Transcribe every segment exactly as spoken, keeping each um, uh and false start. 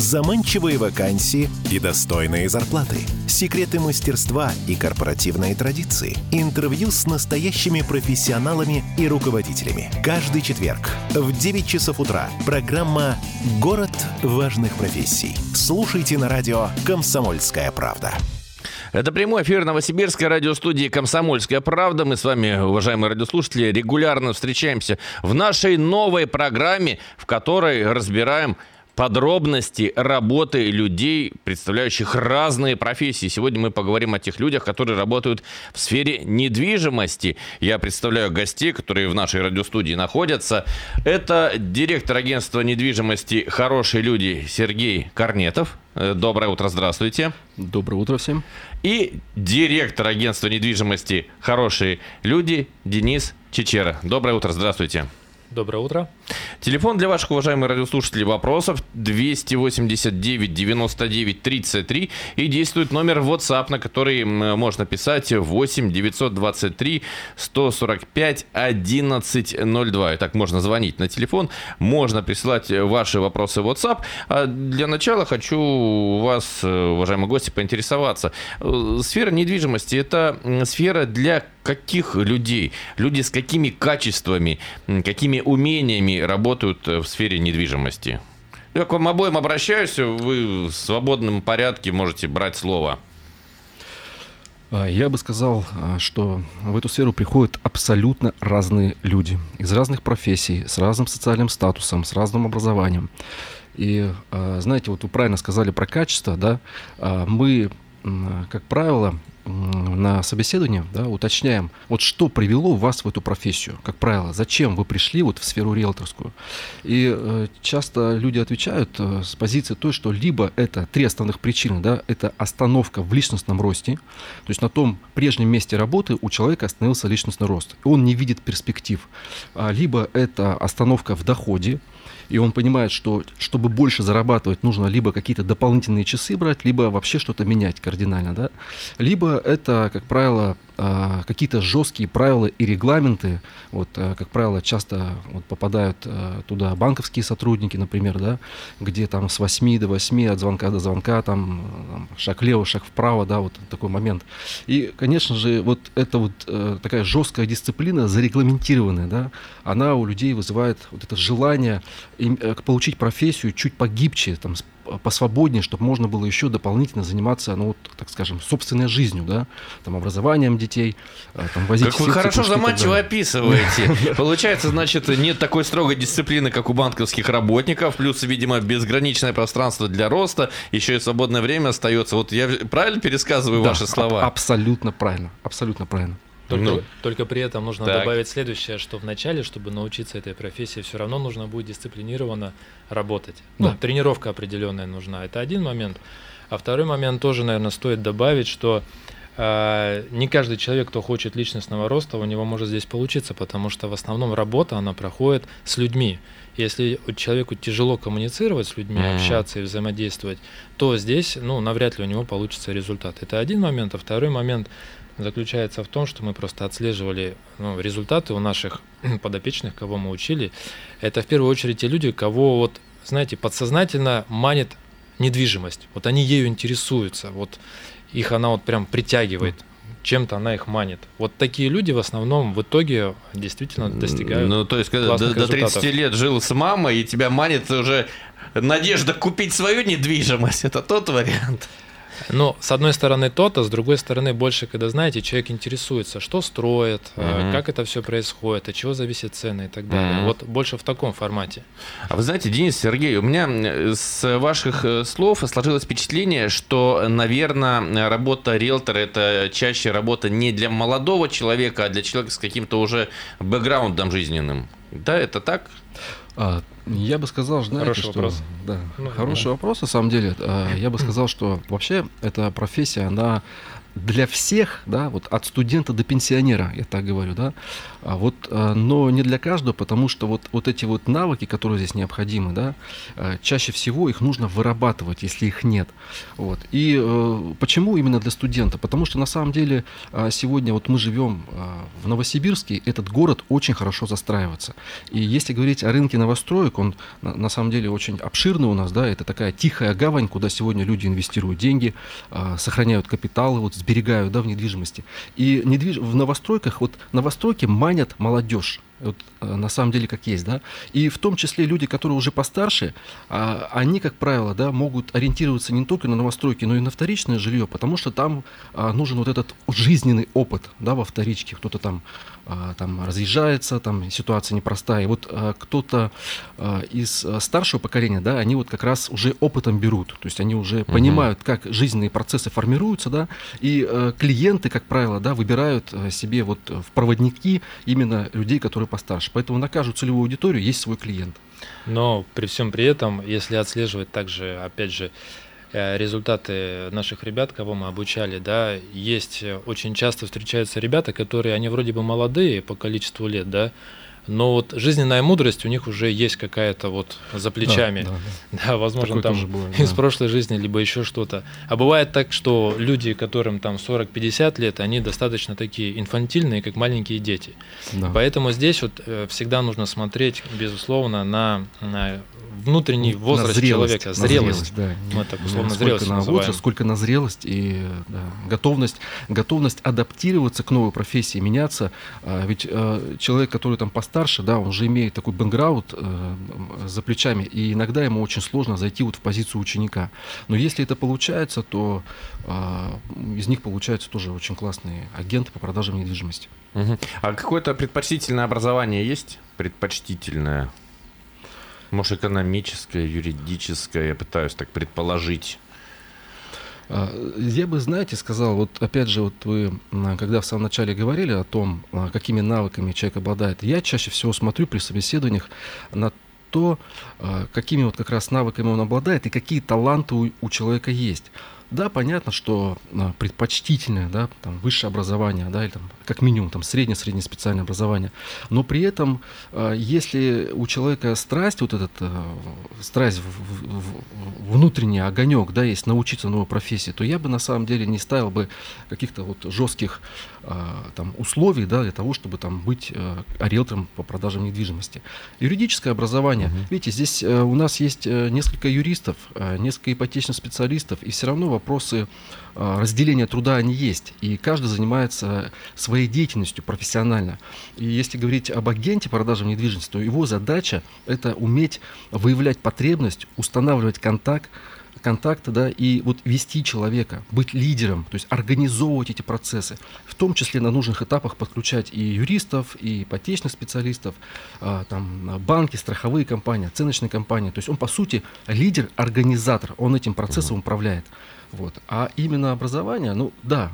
Заманчивые вакансии и достойные зарплаты. Секреты мастерства и корпоративные традиции. Интервью с настоящими профессионалами и руководителями. Каждый четверг в девять часов утра. Программа «Город важных профессий». Слушайте на радио «Комсомольская правда». Это прямой эфир Новосибирской радиостудии «Комсомольская правда». Мы с вами, уважаемые радиослушатели, регулярно встречаемся в нашей новой программе, в которой разбираем подробности работы людей, представляющих разные профессии. Сегодня мы поговорим о тех людях, которые работают в сфере недвижимости. Я представляю гостей, которые в нашей радиостудии находятся. Это директор агентства недвижимости «Хорошие люди» Сергей Корнетов. Доброе утро, здравствуйте. Доброе утро всем. И директор агентства недвижимости «Хорошие люди» Денис Чичера. Доброе утро, здравствуйте. Доброе утро. Телефон для ваших, уважаемых радиослушателей, вопросов двести восемьдесят девять девяносто девять тридцать три, и действует номер WhatsApp, на который можно писать восемь девятьсот двадцать три сто сорок пять одиннадцать ноль два. И так можно звонить на телефон, можно присылать ваши вопросы в WhatsApp. А для начала хочу у вас, уважаемые гости, поинтересоваться. Сфера недвижимости – это сфера для каких людей? Люди с какими качествами, какими умениями работают в сфере недвижимости? Я к вам обоим обращаюсь, вы в свободном порядке можете брать слово. Я бы сказал, что в эту сферу приходят абсолютно разные люди. Из разных профессий, с разным социальным статусом, с разным образованием. И, знаете, вот вы правильно сказали про качество, да, мы, как правило, на собеседовании, да, уточняем, вот что привело вас в эту профессию, как правило, зачем вы пришли вот в сферу риэлторскую. И э, часто люди отвечают э, с позиции той, что либо это три основных причины, да, это остановка в личностном росте, то есть на том прежнем месте работы у человека остановился личностный рост, и он не видит перспектив, а, либо это остановка в доходе, и он понимает, что чтобы больше зарабатывать, нужно либо какие-то дополнительные часы брать, либо вообще что-то менять кардинально, да? Либо это, как правило, какие-то жесткие правила и регламенты. Вот, как правило, часто вот попадают туда банковские сотрудники, например, да, где там с восьми до восьми, от звонка до звонка, там, там шаг влево, шаг вправо, да, вот такой момент. И, конечно же, вот эта вот такая жесткая дисциплина, зарегламентированная, да, она у людей вызывает вот это желание получить профессию чуть погибче, там, посвободнее, чтобы можно было еще дополнительно заниматься, ну, вот, так скажем, собственной жизнью, да, там, образованием детей, там, возить... Как вы хорошо заманчиво описываете. Получается, значит, нет такой строгой дисциплины, как у банковских работников, плюс, видимо, безграничное пространство для роста, еще и свободное время остается. Вот я правильно пересказываю да, ваши слова? Абсолютно правильно, абсолютно правильно. Только, ну, только при этом нужно так. добавить следующее, что вначале, чтобы научиться этой профессии, все равно нужно будет дисциплинированно работать. Да. Ну, тренировка определенная нужна. Это один момент. А второй момент тоже, наверное, стоит добавить, что э, не каждый человек, кто хочет личностного роста, у него может здесь получиться, потому что в основном работа, она проходит с людьми. Если человеку тяжело коммуницировать с людьми, mm-hmm. общаться и взаимодействовать, то здесь, ну, навряд ли у него получится результат. Это один момент. А второй момент заключается в том, что мы просто отслеживали, ну, результаты у наших подопечных, кого мы учили. Это в первую очередь те люди, кого, вот, знаете, подсознательно манит недвижимость. Вот они ею интересуются, вот их она вот прям притягивает, чем-то она их манит. Вот такие люди в основном в итоге действительно достигают. Ну, то есть, когда до, до тридцати лет жил с мамой, и тебя манит уже надежда купить свою недвижимость, это тот вариант. Ну, с одной стороны тот, а с другой стороны больше, когда, знаете, человек интересуется, что строят, mm-hmm. как это все происходит, от чего зависят цены и так далее. Mm-hmm. Вот больше в таком формате. А вы знаете, Денис, Сергей, у меня с ваших слов сложилось впечатление, что, наверное, работа риэлтора – это чаще работа не для молодого человека, а для человека с каким-то уже бэкграундом жизненным. Да, это так? А, я бы сказал, знаете, хороший что... вопрос. Да, ну, хороший да. вопрос, на самом деле. А, я бы сказал, что вообще эта профессия, она для всех, да, вот от студента до пенсионера, я так говорю, да, а вот, но не для каждого, потому что вот, вот эти вот навыки, которые здесь необходимы, да, чаще всего их нужно вырабатывать, если их нет. Вот. И э, почему именно для студента? Потому что на самом деле сегодня вот мы живем в Новосибирске, этот город очень хорошо застраивается. И если говорить о рынке новостроек, он на, на самом деле очень обширный у нас, да, это такая тихая гавань, куда сегодня люди инвестируют деньги, э, сохраняют капиталы, вот, сберегают, да, в недвижимости. И недвиж... в новостройках, вот новостройки манят молодежь. Вот, на самом деле, как есть, да, и в том числе люди, которые уже постарше, а, они, как правило, да, могут ориентироваться не только на новостройки, но и на вторичное жилье, потому что там а, нужен вот этот жизненный опыт, да, во вторичке, кто-то там, а, там разъезжается, там ситуация непростая, и вот а, кто-то а, из а, старшего поколения, да, они вот как раз уже опытом берут, то есть они уже uh-huh. понимают, как жизненные процессы формируются, да, и а, клиенты, как правило, да, выбирают а, себе вот в проводники именно людей, которые постарше. Поэтому на каждую целевую аудиторию есть свой клиент. Но при всем при этом, если отслеживать также, опять же, результаты наших ребят, кого мы обучали, да, есть очень часто встречаются ребята, которые, они вроде бы молодые по количеству лет, да, но вот жизненная мудрость у них уже есть какая-то вот за плечами. Да, да, да. Да, возможно, такое там бывает, из да. прошлой жизни, либо еще что-то. А бывает так, что люди, которым там сорок-пятьдесят лет, они достаточно такие инфантильные, как маленькие дети. Да. Поэтому здесь вот всегда нужно смотреть, безусловно, на, на внутренний возраст зрелость, человека, зрелость. Да. Мы так условно сколько зрелость на называем. возраст, сколько на зрелость и да, готовность, готовность адаптироваться к новой профессии, меняться. А, ведь а, человек, который там постарше, да, он уже имеет такой бэкграунд а, за плечами, и иногда ему очень сложно зайти вот в позицию ученика. Но если это получается, то а, из них получаются тоже очень классные агенты по продажам недвижимости. Угу. А какое-то предпочтительное образование есть? Предпочтительное? Может, экономическое, юридическое, я пытаюсь так предположить. Я бы, знаете, сказал, вот опять же, вот вы, когда в самом начале говорили о том, какими навыками человек обладает, я чаще всего смотрю при собеседованиях на то, какими вот как раз навыками он обладает и какие таланты у, у человека есть. Да, понятно, что а, предпочтительное, да, там, высшее образование, да, или там, как минимум там, среднее-среднее специальное образование, но при этом, а, если у человека страсть, вот этот, а, страсть, в, в, в, внутренний огонек, да, есть научиться новой профессии, то я бы на самом деле не ставил бы каких-то вот жестких а, там, условий, да, для того, чтобы там, быть а, риэлтором по продажам недвижимости. Юридическое образование, угу. видите, здесь а, у нас есть а, несколько юристов, а, несколько ипотечных специалистов, и все равно вопросы разделения труда, они есть, и каждый занимается своей деятельностью профессионально. И если говорить об агенте по продажам недвижимости, то его задача – это уметь выявлять потребность, устанавливать контакт, контакты, да, и вот вести человека, быть лидером, то есть организовывать эти процессы, в том числе на нужных этапах подключать и юристов, и ипотечных специалистов, а, там, банки, страховые компании, оценочные компании. То есть он, по сути, лидер-организатор, он этим процессом управляет. Вот. А именно образование, ну да,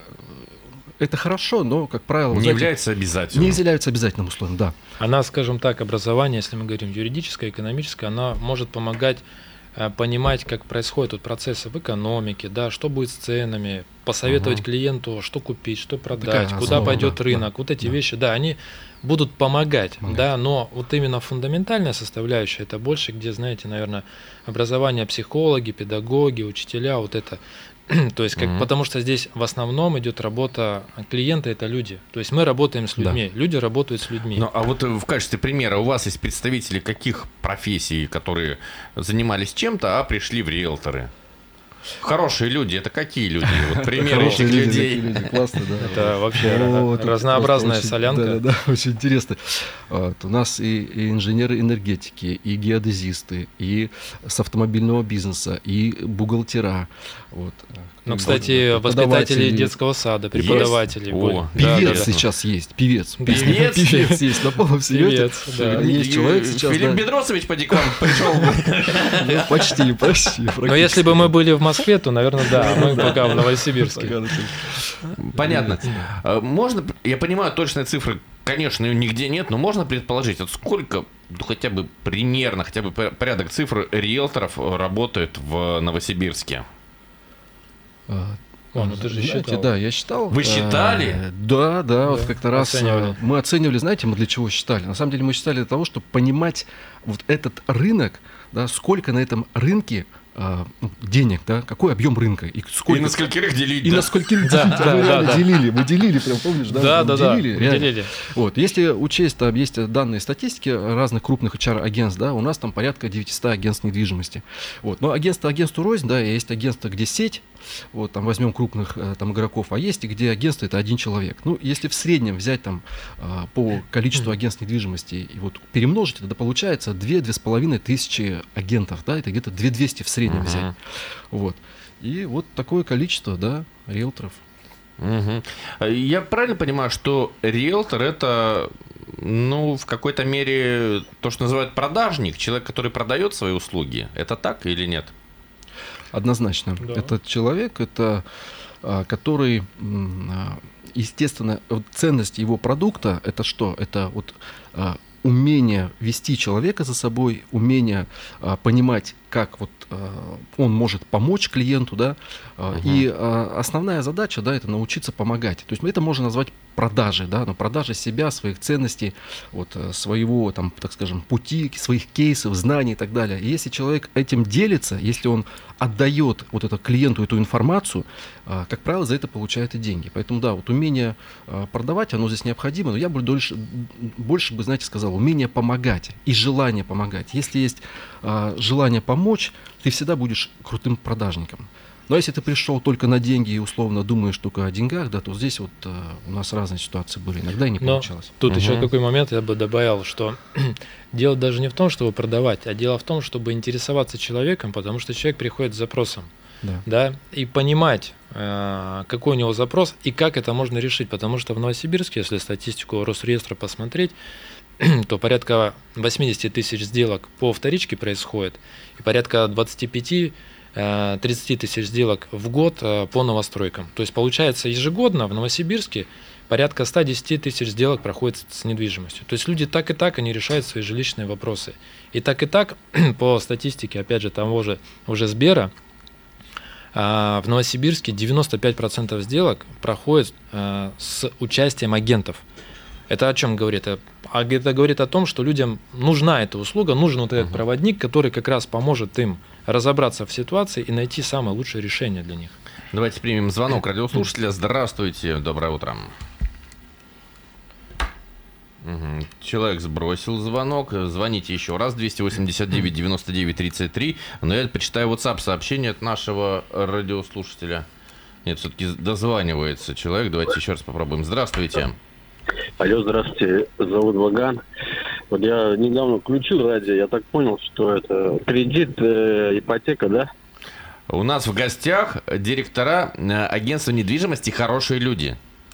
это хорошо, но, как правило... Не знаете, является обязательным. Не является обязательным условием, да. Она, скажем так, образование, если мы говорим юридическое, экономическое, она может помогать понимать, как происходят вот процессы в экономике, да, что будет с ценами, посоветовать uh-huh. клиенту, что купить, что продать, Такая куда основа, пойдет да, рынок, да, вот эти да. вещи, да, они будут помогать, помогать, да, но вот именно фундаментальная составляющая, это больше, где, знаете, наверное, образование психологи, педагоги, учителя, вот это. То есть, как, mm-hmm. потому что здесь в основном идет работа клиента, это люди. То есть мы работаем с людьми, да. люди работают с людьми. Ну, а вот в качестве примера у вас есть представители каких профессий, которые занимались чем-то, а пришли в риэлторы? Хорошие люди, это какие люди? Вот примеры этих людей. Классно, да. Это вообще разнообразная солянка. Да, да, очень интересно. У нас и инженеры энергетики, и геодезисты, и с автомобильного бизнеса, и бухгалтера. Вот. Ну, кстати, воспитатели детского сада, преподаватели. О, певец сейчас есть, певец. Певец? Певец есть, на полном серьезе. Есть человек сейчас. Филипп Бедросович по декану пришел бы. Почти, почти. Но если бы мы были в Москве, то, наверное, да, мы пока в Новосибирске. Понятно. Можно, я понимаю, точные цифры, конечно, ее нигде нет, но можно предположить, вот сколько, ну, хотя бы примерно, хотя бы порядок цифр риэлторов работает в Новосибирске? О, ну ты же Знаете, считал. да, я считал. Вы считали? Э, Да, да, Да, вот как-то раз оценивали. э, мы оценивали, знаете, мы для чего считали? На самом деле мы считали для того, чтобы понимать вот этот рынок, да, сколько на этом рынке э, ну, денег, да, какой объем рынка и сколько. И на скольких делить, И да? на скольких Да, делить. да, Мы да, реально да. делили, мы делили, прям помнишь, да? Да, мы да, да, делили, мы реально. делили. Вот, если учесть, там есть данные статистики разных крупных эйч ар-агентств, да, у нас там порядка девятьсот агентств недвижимости. Вот. Но агентство агентству рознь, да, и есть агентство, где сеть, вот, там возьмем крупных э, там игроков, а есть и где агентство это один человек. Ну, если в среднем взять там э, по количеству агентств недвижимости и вот перемножить, тогда получается две-две с половиной тысячи агентов, да, это где-то две тысячи двести в среднем Мгм. взять. Вот. И вот такое количество, да, риэлторов. Мгм. Я правильно понимаю, что риэлтор это, ну, в какой-то мере то, что называют продажник, человек, который продает свои услуги. Это так или нет? Однозначно. Да. Этот человек, это а, который, м, а, естественно, вот ценность его продукта, это что? Это вот а, умение вести человека за собой, умение а, понимать, как вот а, он может помочь клиенту, да, а, Мгм. и а, основная задача, да, это научиться помогать. То есть это можно назвать продажей, да, но продажа себя, своих ценностей, вот, э, своего, там, так скажем, пути, своих кейсов, знаний и так далее. И если человек этим делится, если он отдает вот это клиенту эту информацию, а, как правило, за это получает и деньги. Поэтому, да, вот умение а, продавать, оно здесь необходимо, но я бы дольше, больше бы, знаете, сказал, умение помогать и желание помогать. Если есть а, желание помочь, ты всегда будешь крутым продажником. Но если ты пришел только на деньги и условно думаешь только о деньгах, да, то здесь вот э, у нас разные ситуации были, иногда и не Но получалось. тут Мгм. еще какой момент я бы добавил, что дело даже не в том, чтобы продавать, а дело в том, чтобы интересоваться человеком, потому что человек приходит с запросом, Да. да, и понимать, э, какой у него запрос и как это можно решить, потому что в Новосибирске, если статистику Росреестра посмотреть, то порядка восемьдесят тысяч сделок по вторичке происходит, и порядка двадцать пять тридцать тысяч сделок в год э, по новостройкам. То есть получается ежегодно в Новосибирске порядка сто десять тысяч сделок проходит с недвижимостью. То есть люди так и так, они решают свои жилищные вопросы. И так и так, по статистике, опять же, того же уже Сбера, э, в Новосибирске девяносто пять процентов сделок проходит э, с участием агентов. Это о чем говорит? Это это говорит о том, что людям нужна эта услуга, нужен вот этот Мгм. проводник, который как раз поможет им разобраться в ситуации и найти самое лучшее решение для них. Давайте примем звонок радиослушателя. Здравствуйте, доброе утро. Мгм. Человек сбросил звонок. Звоните еще раз. двести восемьдесят девять девяносто девять тридцать три. Но я почитаю WhatsApp сообщение от нашего радиослушателя. Нет, все-таки дозванивается человек. Давайте еще раз попробуем. Здравствуйте. Алло, здравствуйте, зовут Ваган. Вот я недавно включил радио, я так понял, что это кредит, э, ипотека, да? У нас в гостях директора э, агентства недвижимости «Хорошие люди».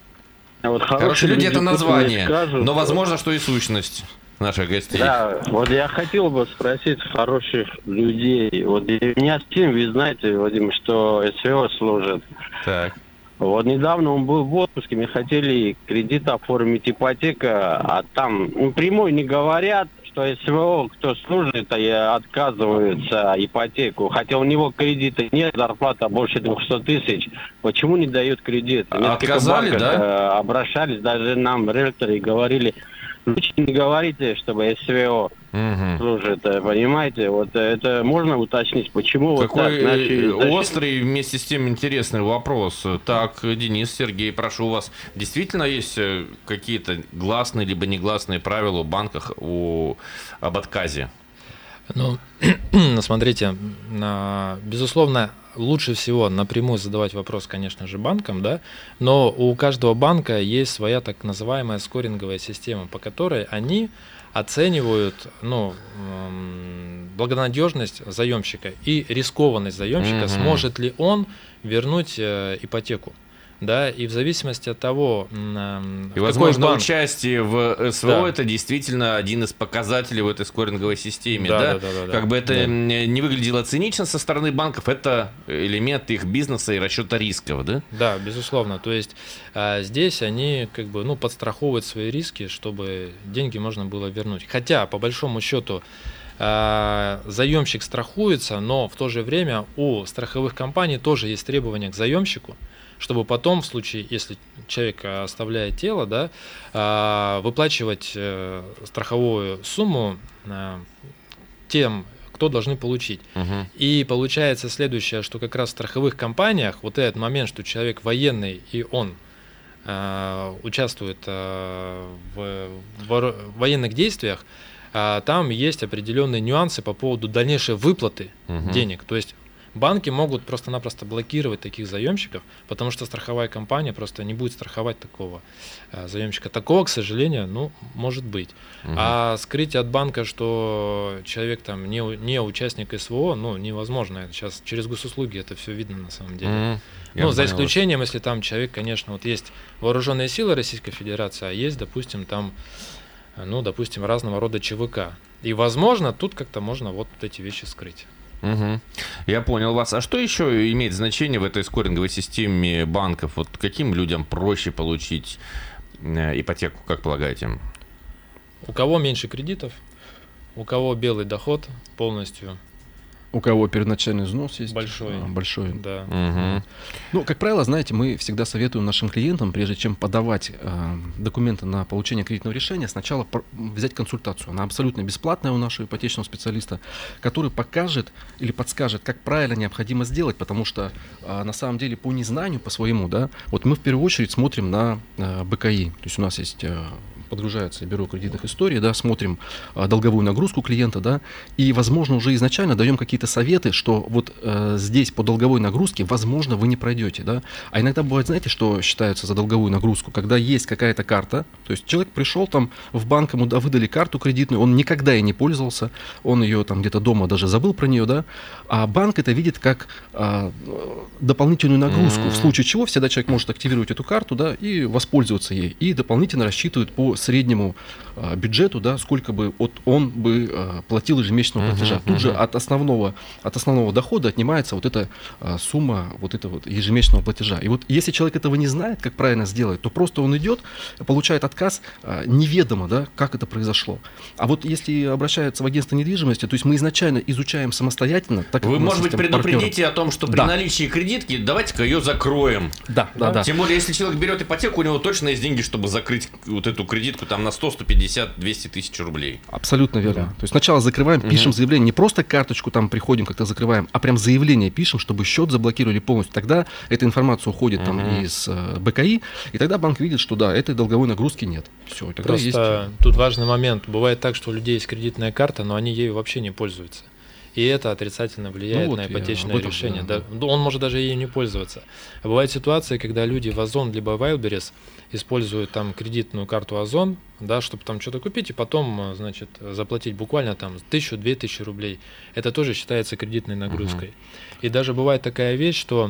А вот «Хорошие люди» — это кто-то название, скажут, но возможно, что и сущность наших гостей. Да, вот я хотел бы спросить хороших людей. Вот и меня с тем, вы знаете, Вадим, что СВО служит. Так. Вот недавно он был в отпуске, мы хотели кредит оформить, ипотека, а там ну, прямой не говорят, что СВО, кто служит, и отказываются ипотеку. Хотя у него кредита нет, зарплата больше двухсот тысяч. Почему не дают кредит? А Несколько отказали, банков, да? э, обращались, даже нам риэлторы говорили, лучше не говорите, чтобы СВО Мгм. служит, э, понимаете? Вот э, это можно уточнить, почему вот Какой так наши э, защитники- острый, вместе с тем интересный вопрос. Так, Денис, Сергей, прошу вас. Действительно есть э, какие-то гласные либо негласные правила в банках о, об отказе? Ну, смотрите, на- безусловно, лучше всего напрямую задавать вопрос, конечно же, банкам, да, но у каждого банка есть своя так называемая скоринговая система, по которой они оценивают, ну, м, благонадежность заемщика и рискованность заемщика, Мгм. сможет ли он вернуть э, ипотеку. Да, и в зависимости от того, м, И, в возможно, какой банк. участие в СВО Да. это действительно один из показателей в этой скоринговой системе. Да, Да, да, да, да, да. Как бы это Да. м, не выглядело цинично со стороны банков, это элемент их бизнеса и расчета рисков, да? Да, безусловно. То есть а, здесь они как бы ну подстраховывают свои риски, чтобы деньги можно было вернуть. Хотя по большому счету а, заемщик страхуется, но в то же время у страховых компаний тоже есть требования к заемщику, чтобы потом, в случае, если человек оставляет тело, да, выплачивать страховую сумму тем, кто должны получить. Uh-huh. И получается следующее, что как раз в страховых компаниях вот этот момент, что человек военный и он э, участвует э, в, в военных действиях, э, там есть определенные нюансы по поводу дальнейшей выплаты uh-huh. денег. То есть банки могут просто-напросто блокировать таких заемщиков, потому что страховая компания просто не будет страховать такого э, заемщика. Такого, к сожалению, ну, может быть. Угу. А скрыть от банка, что человек там не, не участник СВО, ну, невозможно. Сейчас через госуслуги это все видно на самом деле. Угу. Ну, за исключением, если там человек, конечно, вот есть вооруженные силы Российской Федерации, а есть, допустим, там, ну, допустим, разного рода ЧВК. И, возможно, тут как-то можно вот эти вещи скрыть. Угу. Я понял вас. А что еще имеет значение в этой скоринговой системе банков? Вот каким людям проще получить ипотеку, как полагаете? У кого меньше кредитов, у кого белый доход полностью. У кого первоначальный взнос есть? Большой. А, большой. Да. Угу. Ну, как правило, знаете, мы всегда советуем нашим клиентам, прежде чем подавать э, документы на получение кредитного решения, сначала пр- взять консультацию. Она абсолютно бесплатная у нашего ипотечного специалиста, который покажет или подскажет, как правильно необходимо сделать, потому что э, на самом деле по незнанию, по своему, да, вот мы в первую очередь смотрим на э, БКИ. То есть у нас есть... Э, подгружается бюро кредитных историй, да, смотрим а, долговую нагрузку клиента, да, и, возможно, уже изначально даем какие-то советы, что вот а, здесь по долговой нагрузке, возможно, вы не пройдете, да, а иногда бывает, знаете, что считается за долговую нагрузку, когда есть какая-то карта, то есть человек пришел там в банк, ему да, выдали карту кредитную, он никогда ей не пользовался, он ее там где-то дома даже забыл про нее, да, а банк это видит как а, дополнительную нагрузку, mm-hmm. в случае чего всегда человек может активировать эту карту, да, и воспользоваться ей, и дополнительно рассчитывает по среднему а, бюджету, да, сколько бы от, он бы а, платил ежемесячного платежа. Uh-huh, Тут uh-huh. же от основного, от основного дохода отнимается вот эта а, сумма вот этого вот ежемесячного платежа. И вот если человек этого не знает, как правильно сделать, то просто он идет, получает отказ а, неведомо, да, как это произошло. А вот если обращается в агентство недвижимости, то есть мы изначально изучаем самостоятельно. Так как вы, может быть, предупредите партнеров. О том, что при да. наличии кредитки давайте-ка ее закроем. Да, да, да. Тем более, если человек берет ипотеку, у него точно есть деньги, чтобы закрыть вот эту кредитку там на сто, сто пятьдесят, двести тысяч рублей. Абсолютно верно. Да. То есть сначала закрываем, пишем угу. заявление, не просто карточку там приходим, как-то закрываем, а прям заявление пишем, чтобы счет заблокировали полностью. Тогда эта информация уходит угу. там из э, БКИ, и тогда банк видит, что да, этой долговой нагрузки нет. Все, тогда просто есть... тут важный момент. Бывает так, что у людей есть кредитная карта, но они ею вообще не пользуются. И это отрицательно влияет ну, вот на ипотечное этом, решение. Да, да. Он может даже ею не пользоваться. А бывают ситуации, когда люди в Озон либо Wildberries используют там кредитную карту Озон, да, чтобы там что-то купить и потом, значит, заплатить буквально там тысячу-две тысячи рублей. Это тоже считается кредитной нагрузкой. Uh-huh. И даже бывает такая вещь, что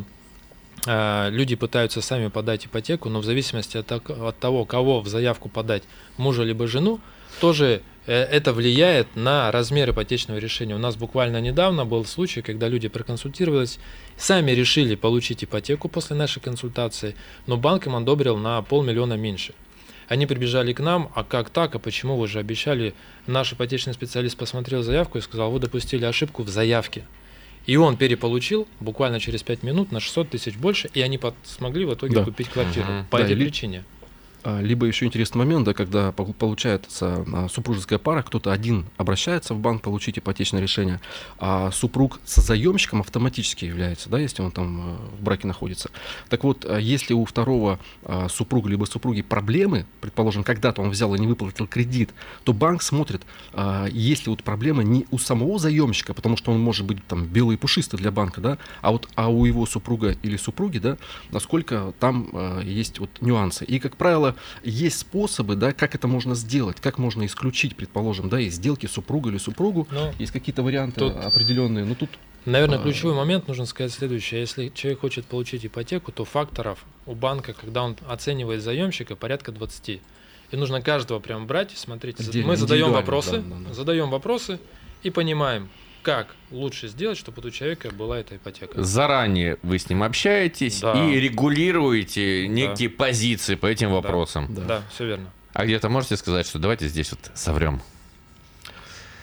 э, люди пытаются сами подать ипотеку, но в зависимости от, от того, кого в заявку подать, мужа либо жену, тоже это влияет на размер ипотечного решения. У нас буквально недавно был случай, когда люди проконсультировались, сами решили получить ипотеку после нашей консультации, но банк им одобрил на полмиллиона меньше. Они прибежали к нам, а как так, а почему вы же обещали? Наш ипотечный специалист посмотрел заявку и сказал, вы допустили ошибку в заявке. И он переполучил буквально через пять минут на шестьсот тысяч больше, и они под, смогли в итоге да. купить квартиру угу. по да, этой или... причине. Либо еще интересный момент, да, когда получается супружеская пара, кто-то один обращается в банк получить ипотечное решение, а супруг с заемщиком автоматически является, да, если он там в браке находится. Так вот, если у второго супруга либо супруги проблемы, предположим, когда-то он взял и не выплатил кредит, то банк смотрит, есть ли вот проблема не у самого заемщика, потому что он может быть там белый и пушистый для банка, да, а вот а у его супруга или супруги, да, насколько там есть вот нюансы. И, как правило, есть способы, да, как это можно сделать, как можно исключить, предположим, да, из сделки супруга или супругу, но есть какие-то варианты тут, определенные, но тут... Наверное, ключевой момент нужно сказать следующее. Если человек хочет получить ипотеку, то факторов у банка, когда он оценивает заемщика, порядка двадцати. И нужно каждого прям брать и смотреть. Отдельно, мы задаем вопросы, да, да, да. задаем вопросы и понимаем, как лучше сделать, чтобы у человека была эта ипотека. Заранее вы с ним общаетесь да. и регулируете некие да. позиции по этим вопросам. Да. Да. да, все верно. А где-то можете сказать, что давайте здесь вот соврем?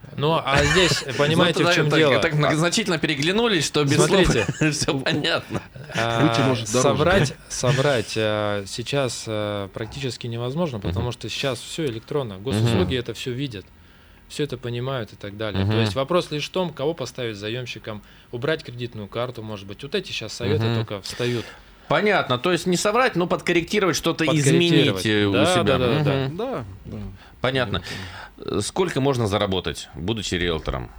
Ну, а здесь, понимаете, в чем так, дело? Так многозначительно переглянулись, что без Смотрите, слов все понятно. Выйти может дороже. Соврать, соврать а, сейчас а, практически невозможно, потому что сейчас все электронно. Госуслуги это все видят, все это понимают и так далее. То есть вопрос лишь в том, кого поставить заемщиком, убрать кредитную карту, может быть. Вот эти сейчас советы только встают. Понятно, то есть не соврать, но подкорректировать, что-то Подкорректировать. изменить Да, у себя. да, да, Мгм. да. Да, да. Понятно. Сколько можно заработать, будучи риэлтором?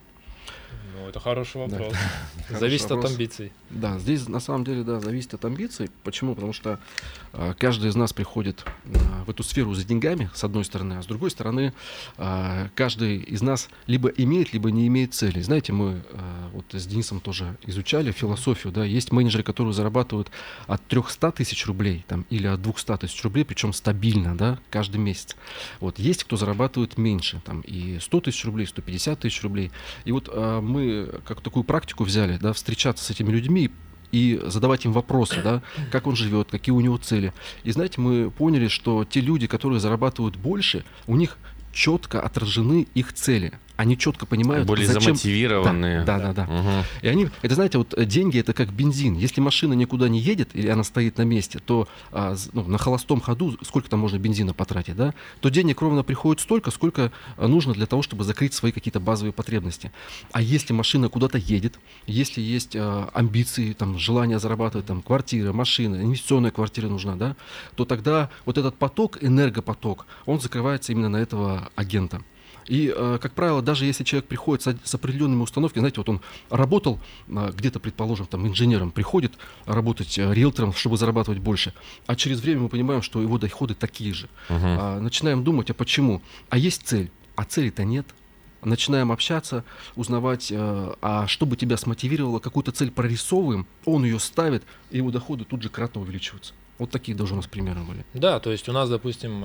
Ну, это хороший вопрос. Хороший Зависит от вопрос. амбиций. Да, здесь на самом деле, да, зависит от амбиций. Почему? Потому что э, каждый из нас приходит э, в эту сферу за деньгами, с одной стороны, а с другой стороны, э, каждый из нас либо имеет, либо не имеет цели. Знаете, мы э, вот с Денисом тоже изучали философию, да, есть менеджеры, которые зарабатывают от трёхсот тысяч рублей там, или от двухсот тысяч рублей, причем стабильно, да, каждый месяц. Вот есть кто зарабатывает меньше, там, и сто тысяч рублей, сто пятьдесят тысяч рублей. И вот э, мы как такую практику взяли, да, встречаться с этими людьми и задавать им вопросы, да, как он живет, какие у него цели. И знаете, мы поняли, что те люди, которые зарабатывают больше, у них четко отражены их цели. Они четко понимают, более зачем... замотивированные. Да, да, да. да. Угу. И они, это знаете, вот деньги это как бензин. Если машина никуда не едет или она стоит на месте, то а, ну, на холостом ходу сколько там можно бензина потратить, да? То денег ровно приходит столько, сколько нужно для того, чтобы закрыть свои какие-то базовые потребности. А если машина куда-то едет, если есть а, амбиции, там, желание зарабатывать, там, квартира, машина, инвестиционная квартира нужна, да, то тогда вот этот поток, энергопоток, он закрывается именно на этого агента. И, э, как правило, даже если человек приходит с, с определенными установками, знаете, вот он работал э, где-то, предположим, там, инженером, приходит работать э, риэлтором, чтобы зарабатывать больше, а через время мы понимаем, что его доходы такие же. Угу. А, начинаем думать, а почему? А есть цель, а цели-то нет. Начинаем общаться, узнавать, э, а что бы тебя смотивировало, какую-то цель прорисовываем, он ее ставит, и его доходы тут же кратно увеличиваются. Вот такие даже у нас примеры были. Да, то есть у нас, допустим,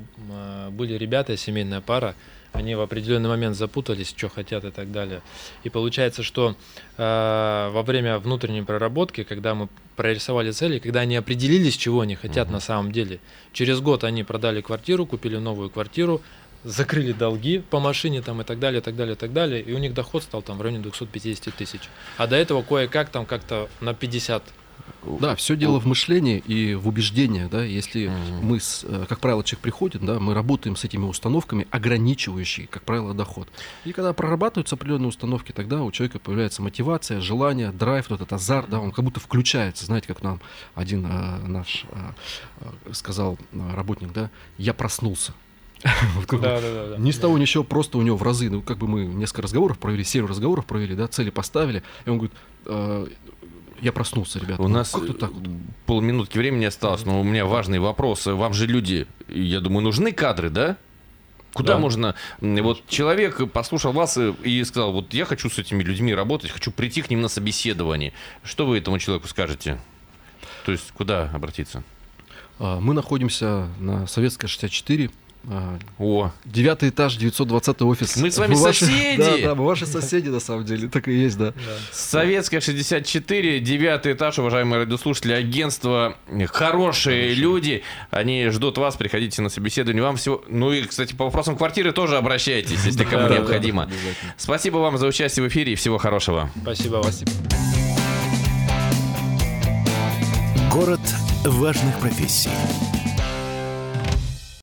были ребята, семейная пара, они в определенный момент запутались, что хотят и так далее. И получается, что э, во время внутренней проработки, когда мы прорисовали цели, когда они определились, чего они хотят uh-huh. на самом деле, через год они продали квартиру, купили новую квартиру, закрыли долги по машине там, и так далее, и так далее, и так далее, и у них доход стал там в районе двести пятьдесят тысяч. А до этого кое-как там как-то на пятьдесят. Да, все дело в мышлении и в убеждениях, да, если mm-hmm. мы, с, как правило, человек приходит, да, мы работаем с этими установками, ограничивающие, как правило, доход. И когда прорабатываются определенные установки, тогда у человека появляется мотивация, желание, драйв, вот этот азарт, да, он как будто включается, знаете, как нам один э, наш э, сказал э, работник, да, я проснулся. Да, да, да, да. Ни с того ни с сего, просто у него в разы, ну, как бы мы несколько разговоров провели, серию разговоров провели, да, цели поставили, и он говорит, э, я проснулся, ребята. У ну, нас как тут так вот? полминутки времени осталось, но у меня важный вопрос. Вам же люди, я думаю, нужны кадры, да? Куда да. можно... Вот человек послушал вас и сказал, вот я хочу с этими людьми работать, хочу прийти к ним на собеседование. Что вы этому человеку скажете? То есть куда обратиться? Мы находимся на Советская шестьдесят четыре. О. Девятый этаж, девятьсот двадцатый офис. Мы с вами ваши, соседи! Да, да, мы ваши соседи, на самом деле, так и есть, да. да. Советская шестьдесят четыре, девятый этаж, уважаемые радиослушатели, агентство, хорошие Хорошо. люди, они ждут вас, приходите на собеседование, вам всего... Ну и, кстати, по вопросам квартиры тоже обращайтесь, если кому необходимо. Спасибо вам за участие в эфире и всего хорошего. Спасибо вам. Город важных профессий.